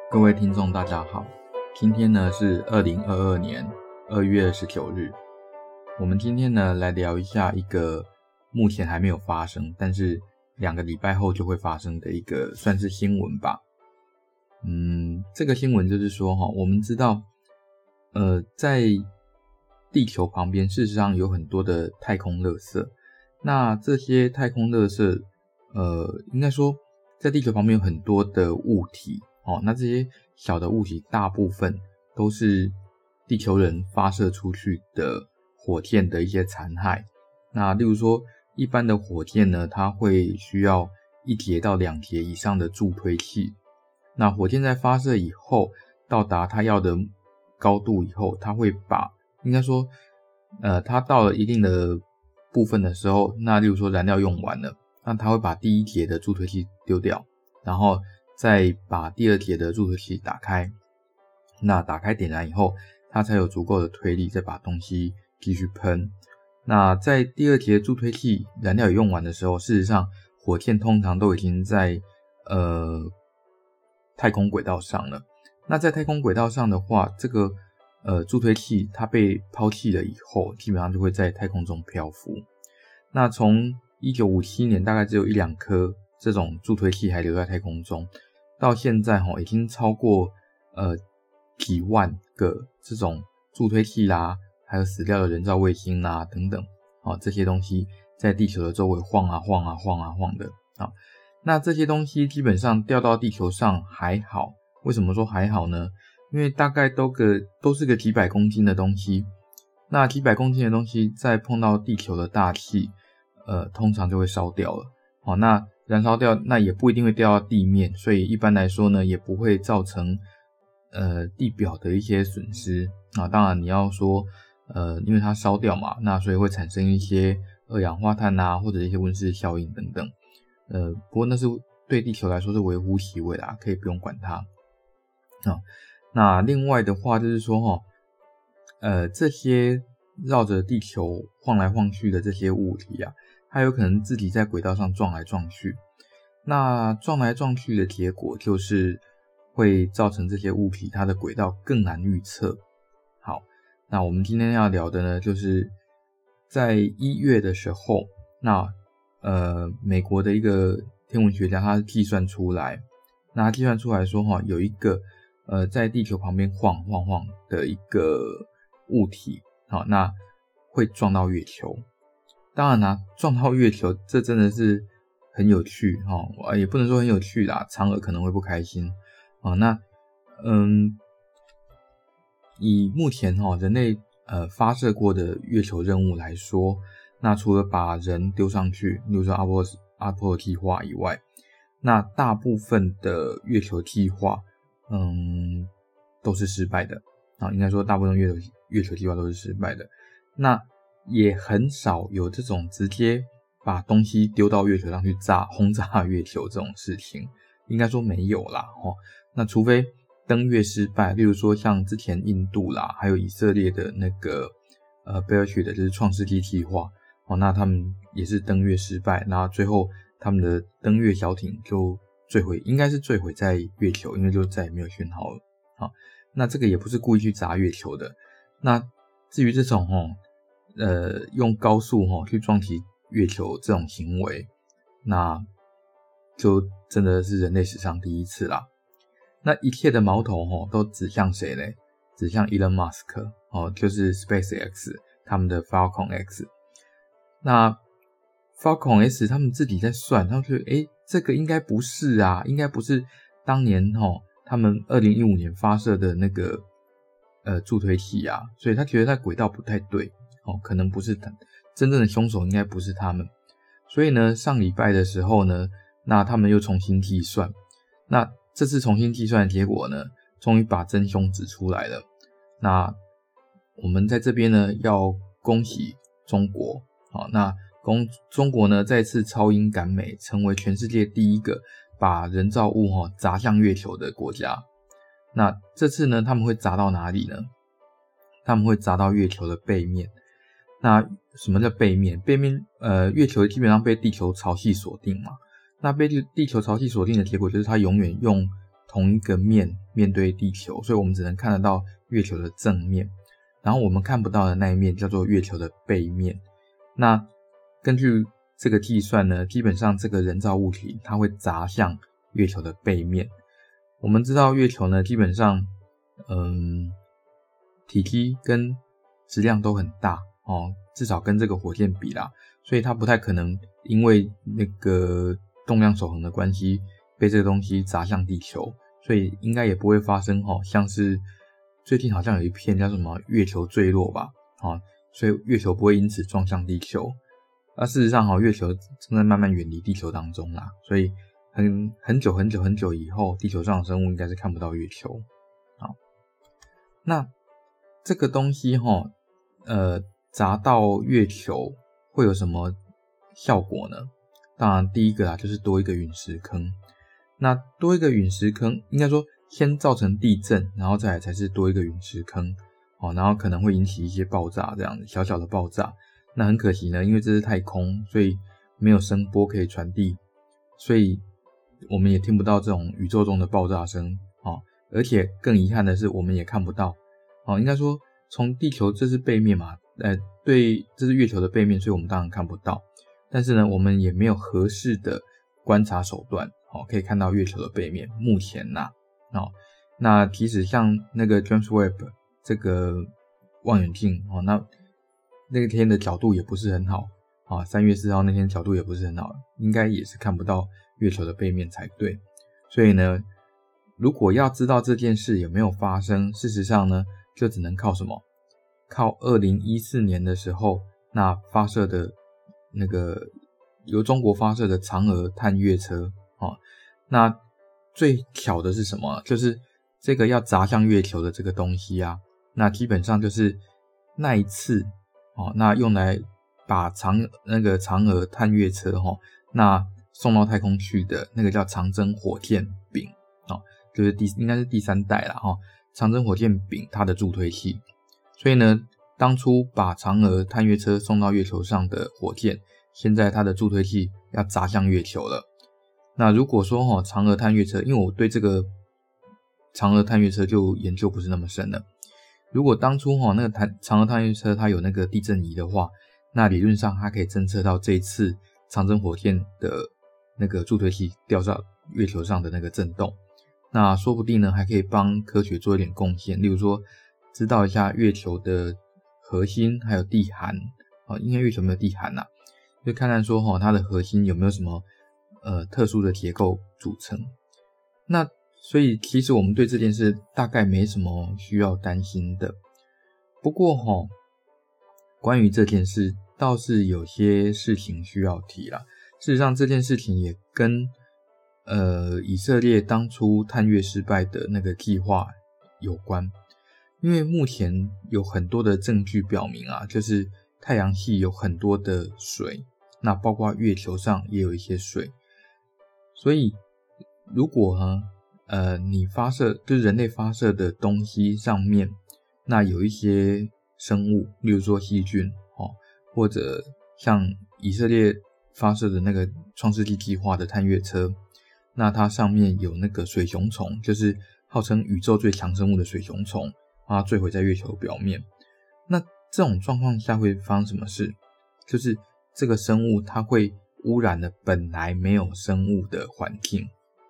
各位听众大家好，今天呢是2022年2月19日。我们今天呢来聊一下一个目前还没有发生，但是2个礼拜后就会发生的一个算是新闻吧。这个新闻就是说我们知道在地球旁边事实上有很多的太空垃圾。那这些太空垃圾应该说在地球旁边有很多的物体那这些小的物体大部分都是地球人发射出去的火箭的一些残骸。那例如说一般的火箭呢，它会需要1节到2节以上的助推器。那火箭在发射以后到达它要的高度以后，它会把应该说它到了一定的部分的时候，那例如说燃料用完了，那它会把第1节的助推器丢掉，然后再把第2节的助推器打开。那打开点燃以后，它才有足够的推力再把东西继续喷。那在第2节助推器燃料也用完的时候，事实上火箭通常都已经在太空轨道上了。那在太空轨道上的话，这个助推器它被抛弃了以后，基本上就会在太空中漂浮。那从1957年大概只有1-2颗这种助推器还留在太空中，到现在已经超过几万个这种助推器啦，还有死掉的人造卫星啦等等这些东西在地球的周围晃啊晃啊晃啊晃的那这些东西基本上掉到地球上还好。为什么说还好呢？因为大概都是个几百公斤的东西。那几百公斤的东西再碰到地球的大气通常就会烧掉了那燃烧掉那也不一定会掉到地面，所以一般来说呢也不会造成地表的一些损失当然你要说因为它烧掉嘛，那所以会产生一些二氧化碳或者一些温室效应等等不过那是对地球来说是微乎其微啦，可以不用管它那另外的话就是说这些绕着地球晃来晃去的这些物体它有可能自己在轨道上撞来撞去。那撞来撞去的结果就是会造成这些物体它的轨道更难预测。好，那我们今天要聊的呢，就是在1月的时候，那美国的一个天文学家他计算出来，那他计算出来说有一个在地球旁边晃晃晃的一个物体那会撞到月球。当然啦，撞到月球这真的是很有趣也不能说很有趣啦，嫦娥可能会不开心那以目前人类发射过的月球任务来说，那除了把人丢上去，比如说阿波罗计划以外，那大部分的月球计划都是失败的应该说大部分月球计划都是失败的。那也很少有这种直接把东西丢到月球上去轰炸月球这种事情，应该说没有啦那除非登月失败，例如说像之前印度啦，还有以色列的那个Bearship 的就是创世纪计划那他们也是登月失败，那最后他们的登月小艇就应该是坠毁在月球，因为就再也没有讯号了那这个也不是故意去砸月球的。那至于这种用高速去撞击月球这种行为，那就真的是人类史上第一次啦。那一切的矛头都指向谁呢？指向 Elon Musk 就是 SpaceX 他们的 Falcon X。那 Falcon X 他们自己在算，他们觉得这个应该不是应该不是当年他们2015年发射的那个助推器所以他觉得他轨道不太对可能不是真正的凶手，应该不是他们。所以呢上礼拜的时候呢，那他们又重新计算，那这次重新计算的结果呢，终于把真凶指出来了。那我们在这边呢要恭喜中国那中国呢再次超英赶美，成为全世界第一个把人造物砸向月球的国家。那这次呢他们会砸到哪里呢？他们会砸到月球的背面。那什么叫背面？背面月球基本上被地球潮汐锁定嘛。那被地球潮汐锁定的结果就是它永远用同一个面对地球，所以我们只能看得到月球的正面，然后我们看不到的那一面叫做月球的背面。那根据这个计算呢，基本上这个人造物体它会砸向月球的背面。我们知道月球呢，基本上体积跟质量都很大至少跟这个火箭比啦，所以它不太可能因为那个动量守恒的关系被这个东西砸向地球，所以应该也不会发生像是最近好像有一篇叫什么月球坠落吧所以月球不会因此撞向地球。事实上月球正在慢慢远离地球当中啦，所以很久以后，地球上的生物应该是看不到月球。好，那这个东西砸到月球会有什么效果呢？当然第一个就是多一个陨石坑。那多一个陨石坑，应该说先造成地震，然后再来才是多一个陨石坑然后可能会引起一些爆炸，这样子小小的爆炸。那很可惜呢，因为这是太空，所以没有声波可以传递，所以我们也听不到这种宇宙中的爆炸声而且更遗憾的是我们也看不到应该说从地球这是背面嘛对，这是月球的背面，所以我们当然看不到，但是呢我们也没有合适的观察手段可以看到月球的背面，目前那即使像那个 James Webb 这个望远镜那天的角度也不是很好3月4号那天角度也不是很好，应该也是看不到月球的背面才对。所以呢，如果要知道这件事有没有发生，事实上呢就只能靠什么？靠2014年的时候那发射的那个由中国发射的嫦娥探月车那最巧的是什么？就是这个要砸向月球的这个东西那基本上就是那一次那用来把那个嫦娥探月车那送到太空去的那个叫长征火箭丙就是应该是第3代啦长征火箭丙它的助推器。所以呢，当初把嫦娥探月车送到月球上的火箭，现在它的助推器要砸向月球了。那如果说嫦娥探月车，因为我对这个嫦娥探月车就研究不是那么深了，如果当初那个嫦娥探月车它有那个地震仪的话，那理论上它可以侦测到这一次长征火箭的那个助推器掉到月球上的那个震动，那说不定呢还可以帮科学做一点贡献，例如说知道一下月球的核心还有地函应该月球没有地函就看看说它的核心有没有什么特殊的结构组成。那所以其实我们对这件事大概没什么需要担心的。不过关于这件事倒是有些事情需要提啦。事实上这件事情也跟以色列当初探月失败的那个计划有关。因为目前有很多的证据表明就是太阳系有很多的水，那包括月球上也有一些水。所以如果你发射就是人类发射的东西上面那有一些生物，例如说细菌或者像以色列发射的那个创世纪计划的探月车，那它上面有那个水熊虫，就是号称宇宙最强生物的水熊虫，它坠毁在月球表面。那这种状况下会发生什么事？就是这个生物它会污染了本来没有生物的环境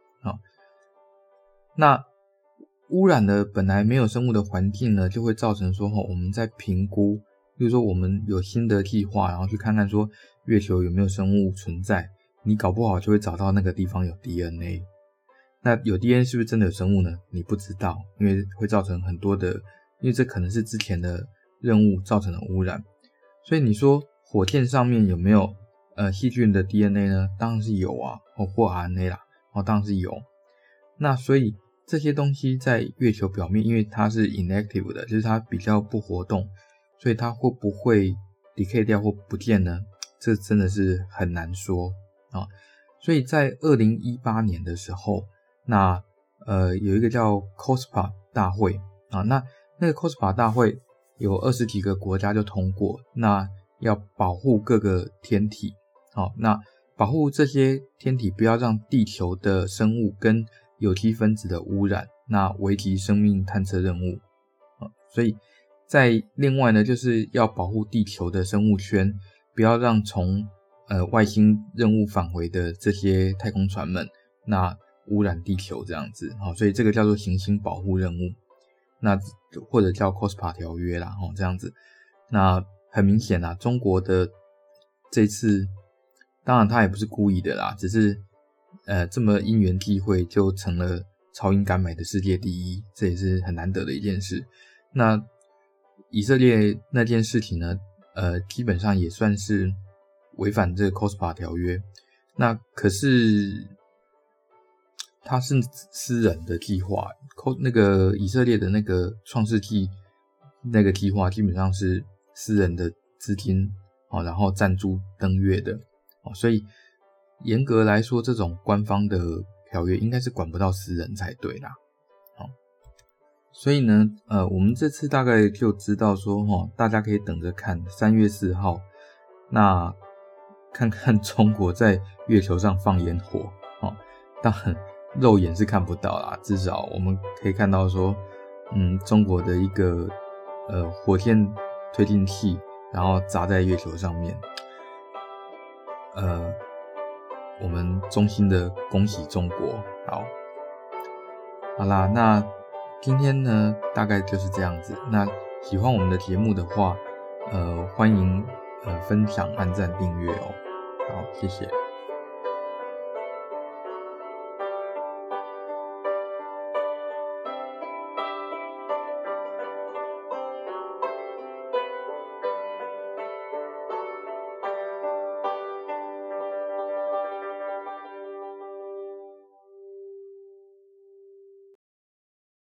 那污染了本来没有生物的环境呢，就会造成说我们在评估，比如说我们有新的计划，然后去看看说月球有没有生物存在，你搞不好就会找到那个地方有 DNA。 那有 DNA 是不是真的有生物呢？你不知道，因为会造成很多的，因为这可能是之前的任务造成的污染。所以你说火箭上面有没有细菌的 DNA 呢？当然是有或 RNA 啦当然是有。那所以这些东西在月球表面，因为它是 inactive 的，就是它比较不活动，所以它会不会 decay 掉或不见呢？这真的是很难说所以在2018年的时候，那有一个叫 COSPA 大会那个 COSPA 大会有20几个国家就通过，那要保护各个天体那保护这些天体不要让地球的生物跟有机分子的污染，那危及生命探测任务。所以在另外呢，就是要保护地球的生物圈，不要让从外星任务返回的这些太空船们那污染地球这样子。所以这个叫做行星保护任务，那或者叫 COSPA 条约啦，这样子。那很明显啦，中国的这次当然他也不是故意的啦，只是这么因缘际会就成了超英赶美的世界第一，这也是很难得的一件事。那以色列那件事情呢，基本上也算是违反这个 COSPA 条约。那可是它是私人的计划，那个以色列的那个创世纪那个计划基本上是私人的资金然后赞助登月的，所以严格来说这种官方的条约应该是管不到私人才对啦。所以呢我们这次大概就知道说大家可以等着看3月4号，那看看中国在月球上放烟火当然肉眼是看不到啦，至少我们可以看到说中国的一个火箭推进器然后砸在月球上面，我们衷心的恭喜中国。好啦，那今天呢大概就是这样子。那喜欢我们的节目的话欢迎分享按赞订阅好，谢谢。